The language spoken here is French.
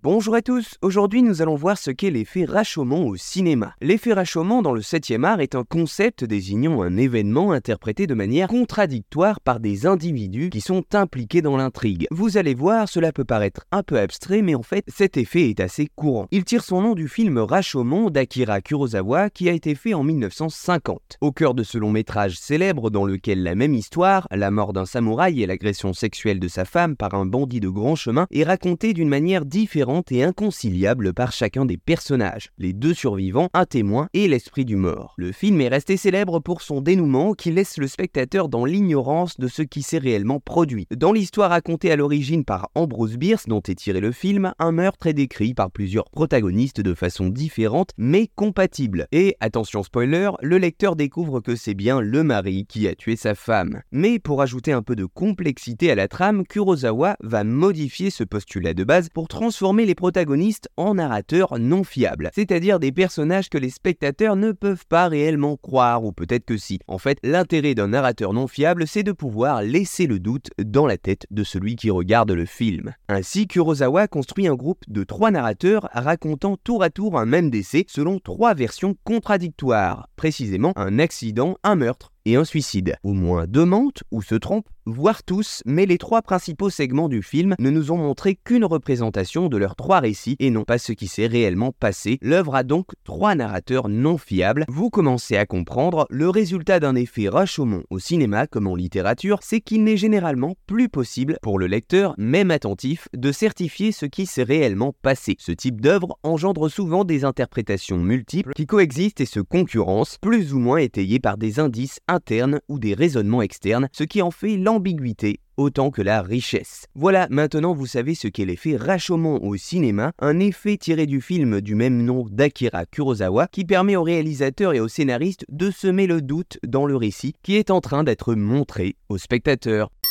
Bonjour à tous, aujourd'hui nous allons voir ce qu'est l'effet Rashomon au cinéma. L'effet Rashomon dans le 7e art est un concept désignant un événement interprété de manière contradictoire par des individus qui sont impliqués dans l'intrigue. Vous allez voir, cela peut paraître un peu abstrait, mais en fait cet effet est assez courant. Il tire son nom du film Rashomon d'Akira Kurosawa qui a été fait en 1950. Au cœur de ce long métrage célèbre dans lequel la même histoire, la mort d'un samouraï et l'agression sexuelle de sa femme par un bandit de grand chemin, est racontée d'une manière différente et inconciliable par chacun des personnages, les deux survivants, un témoin et l'esprit du mort. Le film est resté célèbre pour son dénouement qui laisse le spectateur dans l'ignorance de ce qui s'est réellement produit. Dans l'histoire racontée à l'origine par Ambrose Bierce, dont est tiré le film, un meurtre est décrit par plusieurs protagonistes de façon différente mais compatible. Et, attention spoiler, le lecteur découvre que c'est bien le mari qui a tué sa femme. Mais pour ajouter un peu de complexité à la trame, Kurosawa va modifier ce postulat de base pour transformer les protagonistes en narrateurs non fiables, c'est-à-dire des personnages que les spectateurs ne peuvent pas réellement croire, ou peut-être que si. En fait, l'intérêt d'un narrateur non fiable, c'est de pouvoir laisser le doute dans la tête de celui qui regarde le film. Ainsi, Kurosawa construit un groupe de 3 narrateurs racontant tour à tour un même décès selon 3 versions contradictoires, précisément un accident, un meurtre et un suicide. Au moins 2 mentent ou se trompent, voire tous, mais les 3 principaux segments du film ne nous ont montré qu'une représentation de leurs 3 récits et non pas ce qui s'est réellement passé. L'œuvre a donc 3 narrateurs non fiables. Vous commencez à comprendre, le résultat d'un effet Rashomon au cinéma comme en littérature, c'est qu'il n'est généralement plus possible pour le lecteur, même attentif, de certifier ce qui s'est réellement passé. Ce type d'œuvre engendre souvent des interprétations multiples qui coexistent et se concurrencent, plus ou moins étayées par des indices internes ou des raisonnements externes, ce qui en fait l'ambiguïté autant que la richesse. Voilà, maintenant vous savez ce qu'est l'effet Rashomon au cinéma, un effet tiré du film du même nom d'Akira Kurosawa qui permet au réalisateur et au scénariste de semer le doute dans le récit qui est en train d'être montré au spectateur.